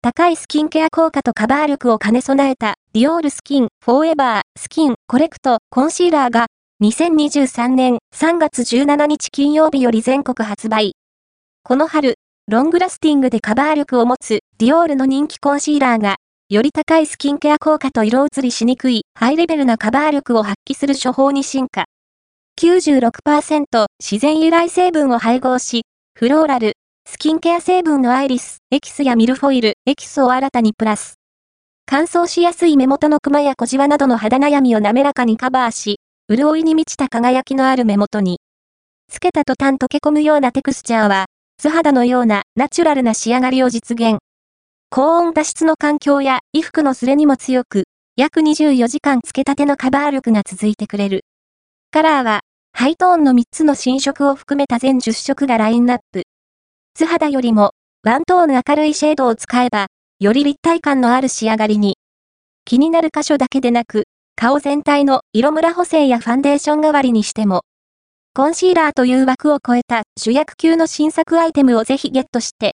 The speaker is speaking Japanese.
高いスキンケア効果とカバー力を兼ね備えたディオールスキンフォーエバースキンコレクトコンシーラーが2023年3月17日金曜日より全国発売。この春、ロングラスティングでカバー力を持つディオールの人気コンシーラーが、より高いスキンケア効果と色移りしにくいハイレベルなカバー力を発揮する処方に進化。96% 自然由来成分を配合し、フローラル、スキンケア成分のアイリス、エキスやミルフォイル、エキスを新たにプラス。乾燥しやすい目元のクマや小じわなどの肌悩みを滑らかにカバーし、潤いに満ちた輝きのある目元に。つけた途端溶け込むようなテクスチャーは、素肌のようなナチュラルな仕上がりを実現。高温多湿の環境や衣服の擦れにも強く、約24時間つけたてのカバー力が続いてくれる。カラーは、ハイトーンの3つの新色を含めた全10色がラインナップ。素肌よりも、ワントーン明るいシェードを使えば、より立体感のある仕上がりに。気になる箇所だけでなく、顔全体の色ムラ補正やファンデーション代わりにしても、コンシーラーという枠を超えた主役級の新作アイテムをぜひゲットして、